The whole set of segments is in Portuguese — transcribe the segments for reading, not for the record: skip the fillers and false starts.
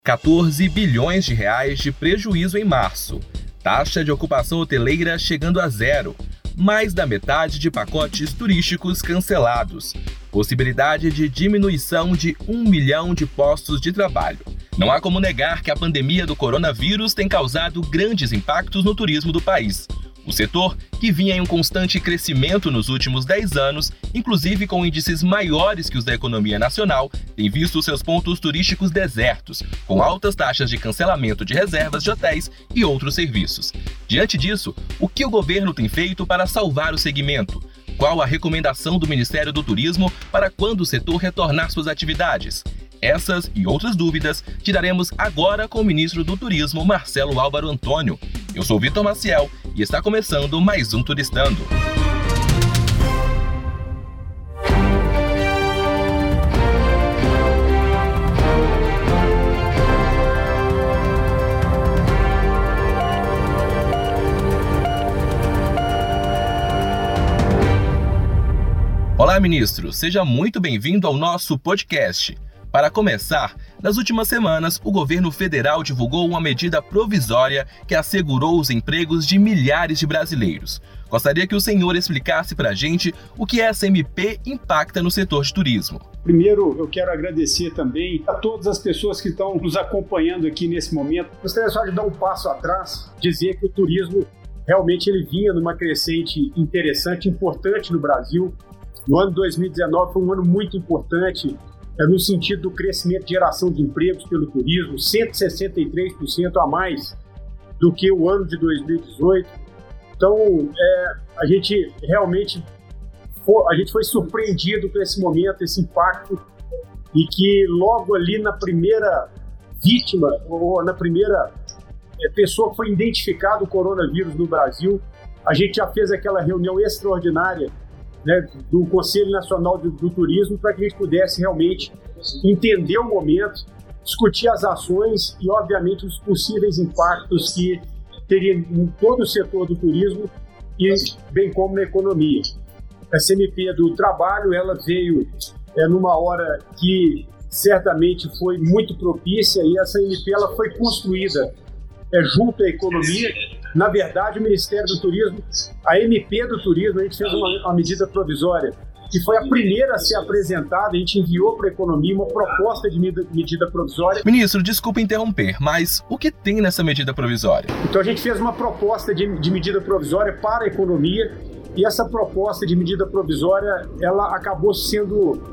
14 bilhões de reais de prejuízo em março. Taxa de ocupação hoteleira chegando a zero. Mais da metade de pacotes turísticos cancelados. Possibilidade de diminuição de 1 milhão de postos de trabalho. Não há como negar que a pandemia do coronavírus tem causado grandes impactos no turismo do país. O setor, que vinha em um constante crescimento nos últimos 10 anos, inclusive com índices maiores que os da economia nacional, tem visto seus pontos turísticos desertos, com altas taxas de cancelamento de reservas de hotéis e outros serviços. Diante disso, o que o governo tem feito para salvar o segmento? Qual a recomendação do Ministério do Turismo para quando o setor retornar suas atividades? Essas e outras dúvidas tiraremos agora com o ministro do Turismo, Marcelo Álvaro Antônio. Eu sou Vitor Maciel e está começando mais um Turistando. Olá, ministro. Seja muito bem-vindo ao nosso podcast. Para começar, nas últimas semanas, o governo federal divulgou uma medida provisória que assegurou os empregos de milhares de brasileiros. Gostaria que o senhor explicasse para a gente o que essa MP impacta no setor de turismo. Primeiro, eu quero agradecer também a todas as pessoas que estão nos acompanhando aqui nesse momento. Gostaria só de dar um passo atrás, dizer que o turismo realmente ele vinha numa crescente interessante, importante no Brasil. No ano 2019 foi um ano muito importante, no sentido do crescimento de geração de empregos pelo turismo, 163% a mais do que o ano de 2018. Então, a gente realmente foi surpreendido com esse momento, esse impacto, e que logo ali na primeira vítima, ou na primeira pessoa que foi identificado o coronavírus no Brasil, a gente já fez aquela reunião extraordinária, né, do Conselho Nacional do Turismo, para que a gente pudesse realmente entender o momento, discutir as ações e, obviamente, os possíveis impactos que teria em todo o setor do turismo e bem como na economia. Essa MP do trabalho, ela veio numa hora que certamente foi muito propícia, e essa MP ela foi construída junto à economia. Na verdade, o Ministério do Turismo, a MP do Turismo, a gente fez uma medida provisória, que foi a primeira a ser apresentada. A gente enviou para a economia uma proposta de medida provisória. Ministro, desculpe interromper, mas o que tem nessa medida provisória? Então a gente fez uma proposta de medida provisória para a economia, e essa proposta de medida provisória, ela acabou sendo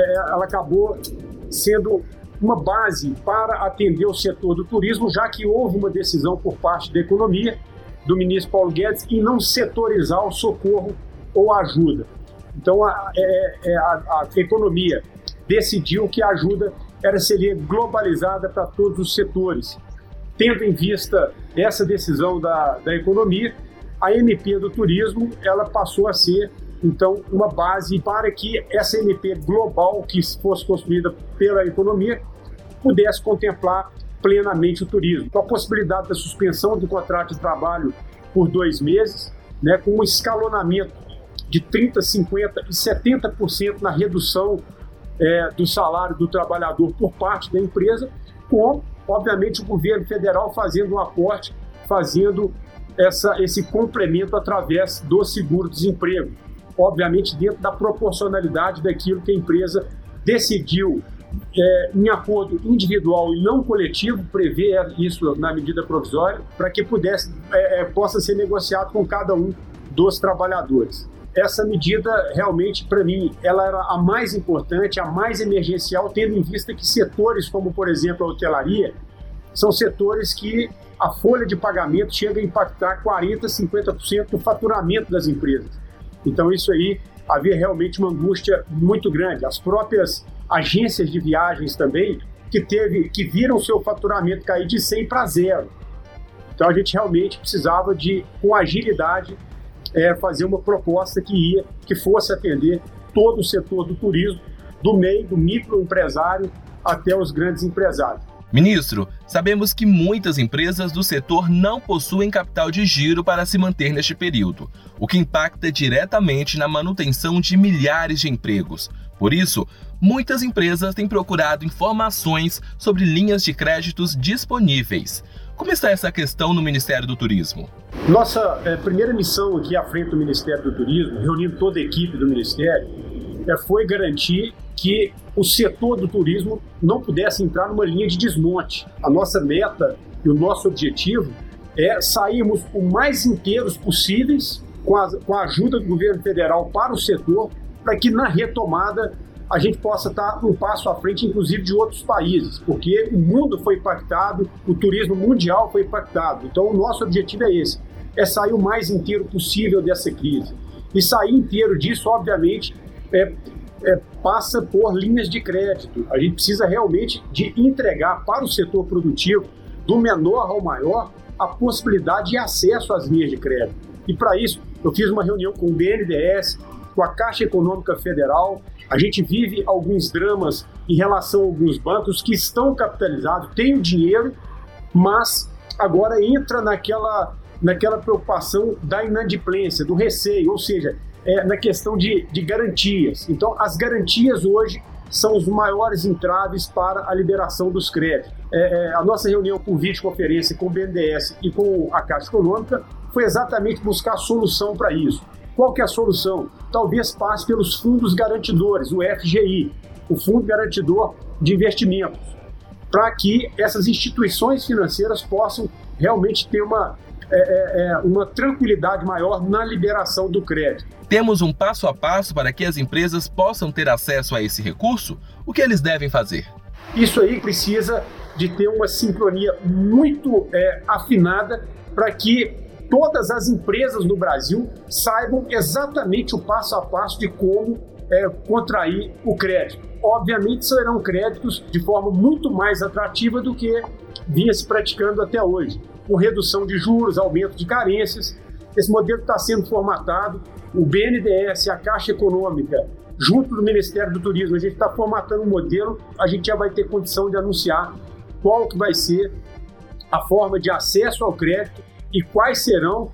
uma base para atender o setor do turismo, já que houve uma decisão por parte da economia, do ministro Paulo Guedes, em não setorizar o socorro ou a ajuda. Então, a economia decidiu que a ajuda seria globalizada para todos os setores. Tendo em vista essa decisão da economia, a MP do turismo ela passou a ser, então, uma base para que essa MP global, que fosse construída pela economia, pudesse contemplar plenamente o turismo. Com a possibilidade da suspensão do contrato de trabalho por 2 meses, né, com um escalonamento de 30%, 50% e 70% na redução do salário do trabalhador por parte da empresa, com, obviamente, o governo federal fazendo um aporte, fazendo esse complemento através do seguro-desemprego. Obviamente, dentro da proporcionalidade daquilo que a empresa decidiu, em acordo individual e não coletivo, prever isso na medida provisória, para que possa ser negociado com cada um dos trabalhadores. Essa medida, realmente, para mim, ela era a mais importante, a mais emergencial, tendo em vista que setores como, por exemplo, a hotelaria, são setores que a folha de pagamento chega a impactar 40%, 50% do faturamento das empresas. Então, isso aí, havia realmente uma angústia muito grande. As próprias agências de viagens também, que viram seu faturamento cair de 100 para 0. Então, a gente realmente precisava de, com agilidade, fazer uma proposta que fosse atender todo o setor do turismo, do meio, do microempresário até os grandes empresários. Ministro, sabemos que muitas empresas do setor não possuem capital de giro para se manter neste período, o que impacta diretamente na manutenção de milhares de empregos. Por isso, muitas empresas têm procurado informações sobre linhas de créditos disponíveis. Como está essa questão no Ministério do Turismo? Nossa primeira missão aqui à frente do Ministério do Turismo, reunindo toda a equipe do Ministério, foi garantir que o setor do turismo não pudesse entrar numa linha de desmonte. A nossa meta e o nosso objetivo é sairmos o mais inteiros possíveis com a ajuda do governo federal para o setor, para que na retomada a gente possa estar um passo à frente, inclusive, de outros países, porque o mundo foi impactado, o turismo mundial foi impactado. Então, o nosso objetivo é esse, é sair o mais inteiro possível dessa crise. E sair inteiro disso, obviamente, passa por linhas de crédito. A gente precisa realmente de entregar para o setor produtivo, do menor ao maior, a possibilidade de acesso às linhas de crédito. E para isso, eu fiz uma reunião com o BNDES, com a Caixa Econômica Federal. A gente vive alguns dramas em relação a alguns bancos que estão capitalizados, têm o dinheiro, mas agora entra naquela preocupação da inadimplência, do receio, ou seja, na questão de garantias. Então, as garantias hoje são os maiores entraves para a liberação dos créditos. A nossa reunião por videoconferência com o BNDES e com a Caixa Econômica foi exatamente buscar solução para isso. Qual que é a solução? Talvez passe pelos fundos garantidores, o FGI, o Fundo Garantidor de Investimentos, para que essas instituições financeiras possam realmente ter uma tranquilidade maior na liberação do crédito. Temos um passo a passo para que as empresas possam ter acesso a esse recurso? O que eles devem fazer? Isso aí precisa de ter uma sincronia muito afinada para que todas as empresas no Brasil saibam exatamente o passo a passo de como contrair o crédito. Obviamente serão créditos de forma muito mais atrativa do que vinha se praticando até hoje, com redução de juros, aumento de carências. Esse modelo está sendo formatado, o BNDES e a Caixa Econômica, junto do Ministério do Turismo, a gente está formatando um modelo, a gente já vai ter condição de anunciar qual que vai ser a forma de acesso ao crédito e quais serão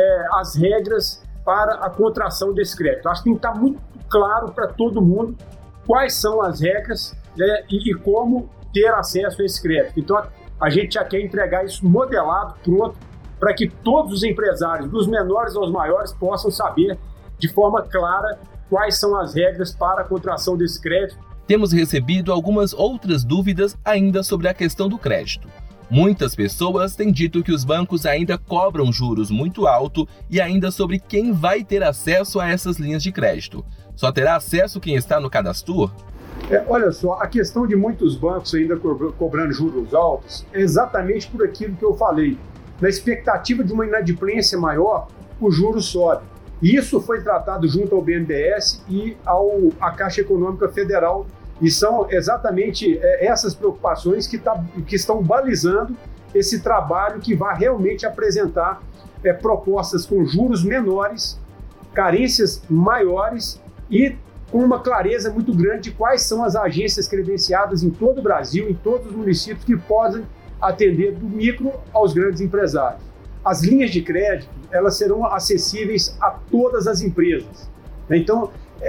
as regras para a contração desse crédito. Acho que tem que estar muito claro para todo mundo quais são as regras e como ter acesso a esse crédito. Então, a gente já quer entregar isso modelado, pronto, para que todos os empresários, dos menores aos maiores, possam saber de forma clara quais são as regras para a contração desse crédito. Temos recebido algumas outras dúvidas ainda sobre a questão do crédito. Muitas pessoas têm dito que os bancos ainda cobram juros muito alto e ainda sobre quem vai ter acesso a essas linhas de crédito. Só terá acesso quem está no Cadastur? Olha só, a questão de muitos bancos ainda cobrando juros altos é exatamente por aquilo que eu falei. Na expectativa de uma inadimplência maior, o juro sobe. Isso foi tratado junto ao BNDES e à Caixa Econômica Federal. E são exatamente essas preocupações que estão balizando esse trabalho que vai realmente apresentar propostas com juros menores, carências maiores e com uma clareza muito grande de quais são as agências credenciadas em todo o Brasil, em todos os municípios que podem atender do micro aos grandes empresários. As linhas de crédito, elas serão acessíveis a todas as empresas. Então,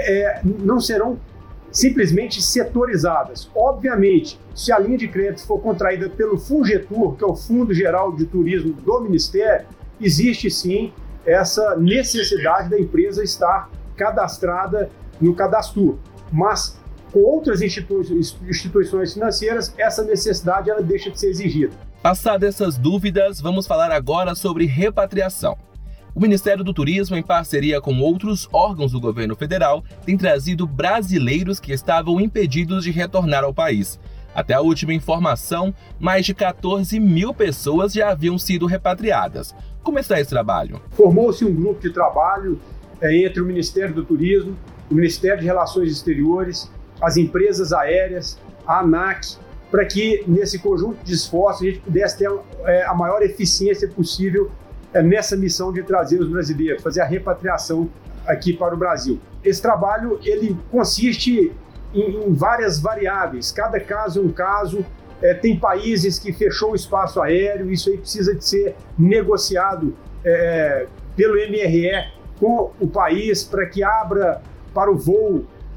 não serão simplesmente setorizadas. Obviamente, se a linha de crédito for contraída pelo FUNGETUR, que é o Fundo Geral de Turismo do Ministério, existe sim essa necessidade da empresa estar cadastrada no Cadastur. Mas com outras instituições financeiras, essa necessidade ela deixa de ser exigida. Passadas essas dúvidas, vamos falar agora sobre repatriação. O Ministério do Turismo, em parceria com outros órgãos do governo federal, tem trazido brasileiros que estavam impedidos de retornar ao país. Até a última informação, mais de 14 mil pessoas já haviam sido repatriadas. Como está esse trabalho? Formou-se um grupo de trabalho entre o Ministério do Turismo, o Ministério de Relações Exteriores, as empresas aéreas, a ANAC, para que nesse conjunto de esforços a gente pudesse ter a maior eficiência possível nessa missão de trazer os brasileiros, fazer a repatriação aqui para o Brasil. Esse trabalho ele consiste em várias variáveis, cada caso é um caso, tem países que fechou o espaço aéreo, isso aí precisa de ser negociado pelo MRE com o país para que abra para o voo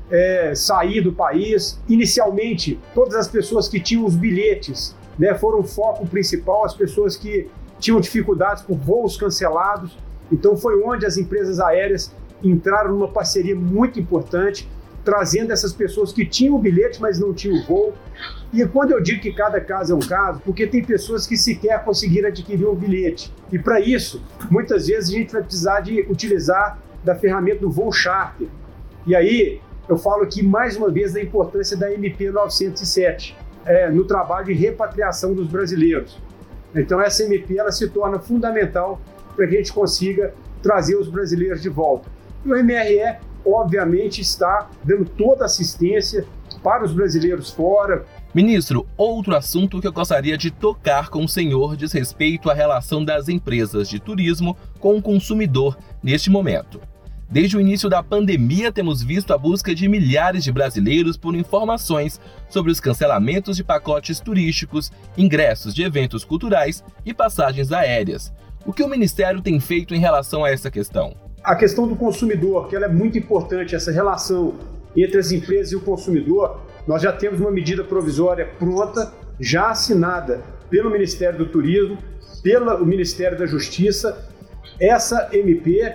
sair do país. Inicialmente, todas as pessoas que tinham os bilhetes, né, foram o foco principal, as pessoas que tinham dificuldades por voos cancelados. Então foi onde as empresas aéreas entraram numa parceria muito importante, trazendo essas pessoas que tinham o bilhete, mas não tinham o voo. E quando eu digo que cada caso é um caso, porque tem pessoas que sequer conseguiram adquirir um bilhete. E para isso, muitas vezes a gente vai precisar de utilizar da ferramenta do voo charter. E aí, eu falo aqui mais uma vez da importância da MP 907, no trabalho de repatriação dos brasileiros. Então essa MP ela se torna fundamental para que a gente consiga trazer os brasileiros de volta. E o MRE, obviamente, está dando toda a assistência para os brasileiros fora. Ministro, outro assunto que eu gostaria de tocar com o senhor diz respeito à relação das empresas de turismo com o consumidor neste momento. Desde o início da pandemia, temos visto a busca de milhares de brasileiros por informações sobre os cancelamentos de pacotes turísticos, ingressos de eventos culturais e passagens aéreas. O que o Ministério tem feito em relação a essa questão? A questão do consumidor, que ela é muito importante, essa relação entre as empresas e o consumidor. Nós já temos uma medida provisória pronta, já assinada pelo Ministério do Turismo, pelo Ministério da Justiça. Essa MP,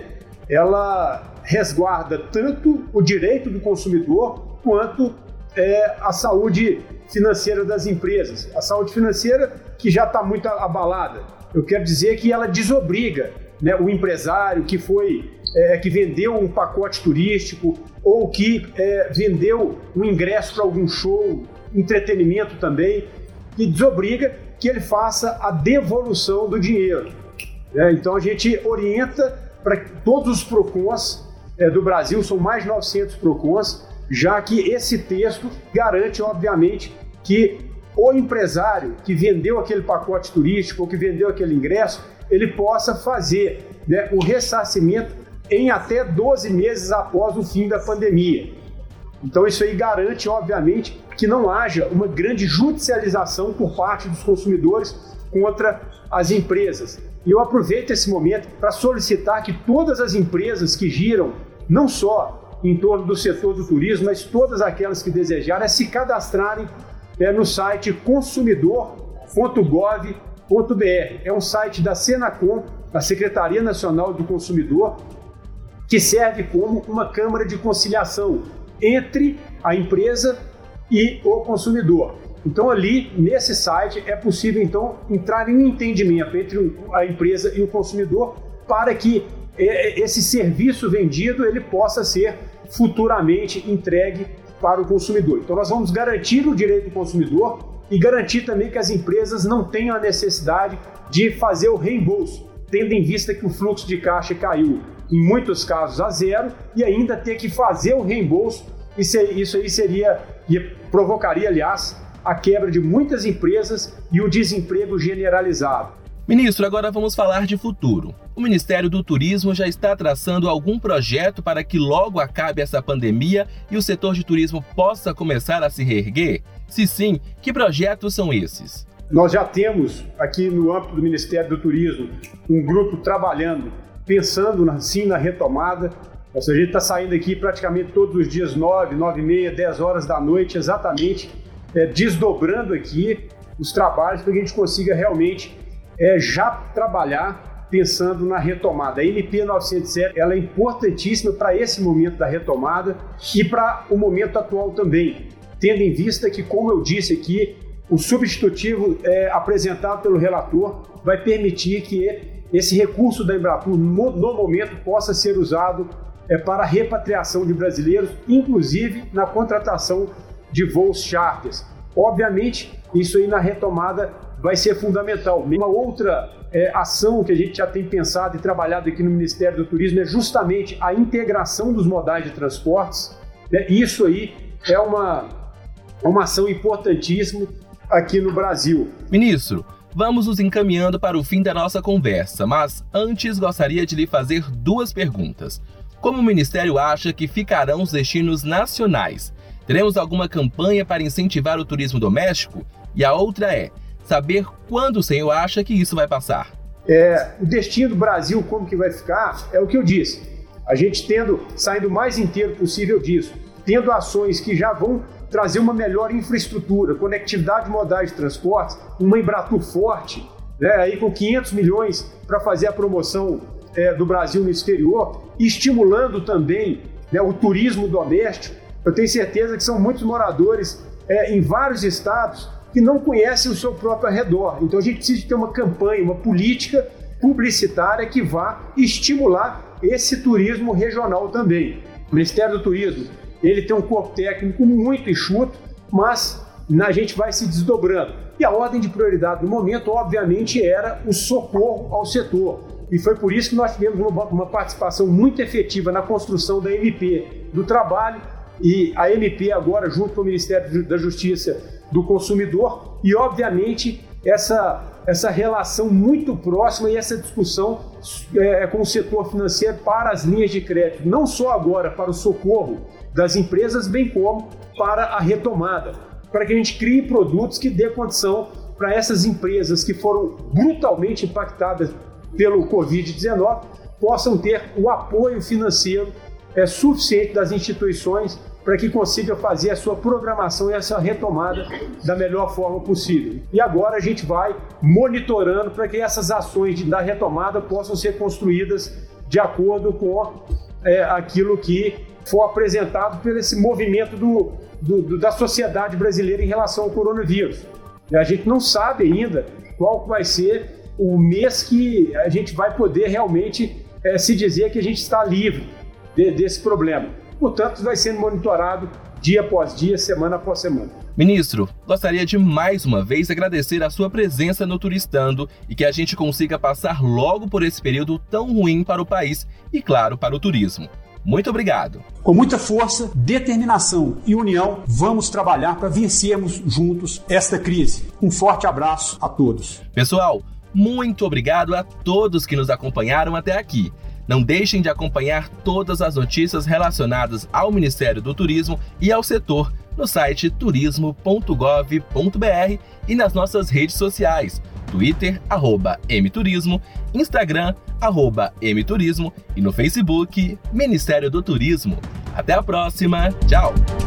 ela resguarda tanto o direito do consumidor quanto a saúde financeira das empresas. A saúde financeira que já está muito abalada. Eu quero dizer que ela desobriga, né, o empresário que vendeu um pacote turístico ou que vendeu um ingresso para algum show, entretenimento também, que desobriga que ele faça a devolução do dinheiro. Então a gente orienta para todos os PROCONs do Brasil, são mais de 900 PROCONs, já que esse texto garante, obviamente, que o empresário que vendeu aquele pacote turístico ou que vendeu aquele ingresso, ele possa fazer, né, o ressarcimento em até 12 meses após o fim da pandemia. Então isso aí garante, obviamente, que não haja uma grande judicialização por parte dos consumidores contra as empresas. E eu aproveito esse momento para solicitar que todas as empresas que giram, não só em torno do setor do turismo, mas todas aquelas que desejarem, se cadastrarem no site consumidor.gov.br. É um site da Senacom, da Secretaria Nacional do Consumidor, que serve como uma câmara de conciliação entre a empresa e o consumidor. Então ali, nesse site, é possível então entrar em um entendimento entre a empresa e o consumidor para que esse serviço vendido ele possa ser futuramente entregue para o consumidor. Então nós vamos garantir o direito do consumidor e garantir também que as empresas não tenham a necessidade de fazer o reembolso, tendo em vista que o fluxo de caixa caiu, em muitos casos, a zero, e ainda ter que fazer o reembolso. Isso aí provocaria, aliás, a quebra de muitas empresas e o desemprego generalizado. Ministro, agora vamos falar de futuro. O Ministério do Turismo já está traçando algum projeto para que logo acabe essa pandemia e o setor de turismo possa começar a se reerguer? Se sim, que projetos são esses? Nós já temos aqui no âmbito do Ministério do Turismo um grupo trabalhando, pensando sim na retomada. A gente está saindo aqui praticamente todos os dias 9, 9h30, 10 horas da noite, exatamente, desdobrando aqui os trabalhos para que a gente consiga realmente já trabalhar pensando na retomada. A MP 907 ela é importantíssima para esse momento da retomada e para o momento atual também, tendo em vista que, como eu disse aqui, o substitutivo apresentado pelo relator vai permitir que esse recurso da Embratur, no momento, possa ser usado para a repatriação de brasileiros, inclusive na contratação de voos charters. Obviamente, isso aí na retomada vai ser fundamental. Uma outra ação que a gente já tem pensado e trabalhado aqui no Ministério do Turismo é justamente a integração dos modais de transportes. Isso aí é uma ação importantíssima aqui no Brasil. Ministro, vamos nos encaminhando para o fim da nossa conversa, mas antes gostaria de lhe fazer duas perguntas. Como o Ministério acha que ficarão os destinos nacionais? Teremos alguma campanha para incentivar o turismo doméstico? E a outra é saber quando o senhor acha que isso vai passar. O destino do Brasil, como que vai ficar, é o que eu disse. A gente saindo o mais inteiro possível disso. tendo ações que já vão trazer uma melhor infraestrutura, conectividade modais de transportes, uma Embratur forte, né, aí com 500 milhões para fazer a promoção do Brasil no exterior, estimulando também, né, o turismo doméstico. Eu tenho certeza que são muitos moradores em vários estados que não conhecem o seu próprio arredor. Então a gente precisa ter uma campanha, uma política publicitária que vá estimular esse turismo regional também. O Ministério do Turismo, ele tem um corpo técnico muito enxuto, mas a gente vai se desdobrando. E a ordem de prioridade no momento, obviamente, era o socorro ao setor. E foi por isso que nós tivemos uma participação muito efetiva na construção da MP do Trabalho e a MP agora junto com o Ministério da Justiça do Consumidor e, obviamente, essa relação muito próxima e essa discussão com o setor financeiro para as linhas de crédito, não só agora para o socorro das empresas, bem como para a retomada, para que a gente crie produtos que dê condição para essas empresas que foram brutalmente impactadas pelo Covid-19 possam ter o apoio financeiro suficiente das instituições para que consiga fazer a sua programação e a sua retomada da melhor forma possível. E agora a gente vai monitorando para que essas ações da retomada possam ser construídas de acordo com aquilo que for apresentado por esse movimento da sociedade brasileira em relação ao coronavírus. A gente não sabe ainda qual vai ser o mês que a gente vai poder realmente se dizer que a gente está livre desse problema. Portanto, vai sendo monitorado dia após dia, semana após semana. Ministro, gostaria de mais uma vez agradecer a sua presença no Turistando e que a gente consiga passar logo por esse período tão ruim para o país e, claro, para o turismo. Muito obrigado. Com muita força, determinação e união, vamos trabalhar para vencermos juntos esta crise. Um forte abraço a todos. Pessoal, muito obrigado a todos que nos acompanharam até aqui. Não deixem de acompanhar todas as notícias relacionadas ao Ministério do Turismo e ao setor no site turismo.gov.br e nas nossas redes sociais, Twitter, @mturismo, Instagram, @mturismo e no Facebook, Ministério do Turismo. Até a próxima, tchau!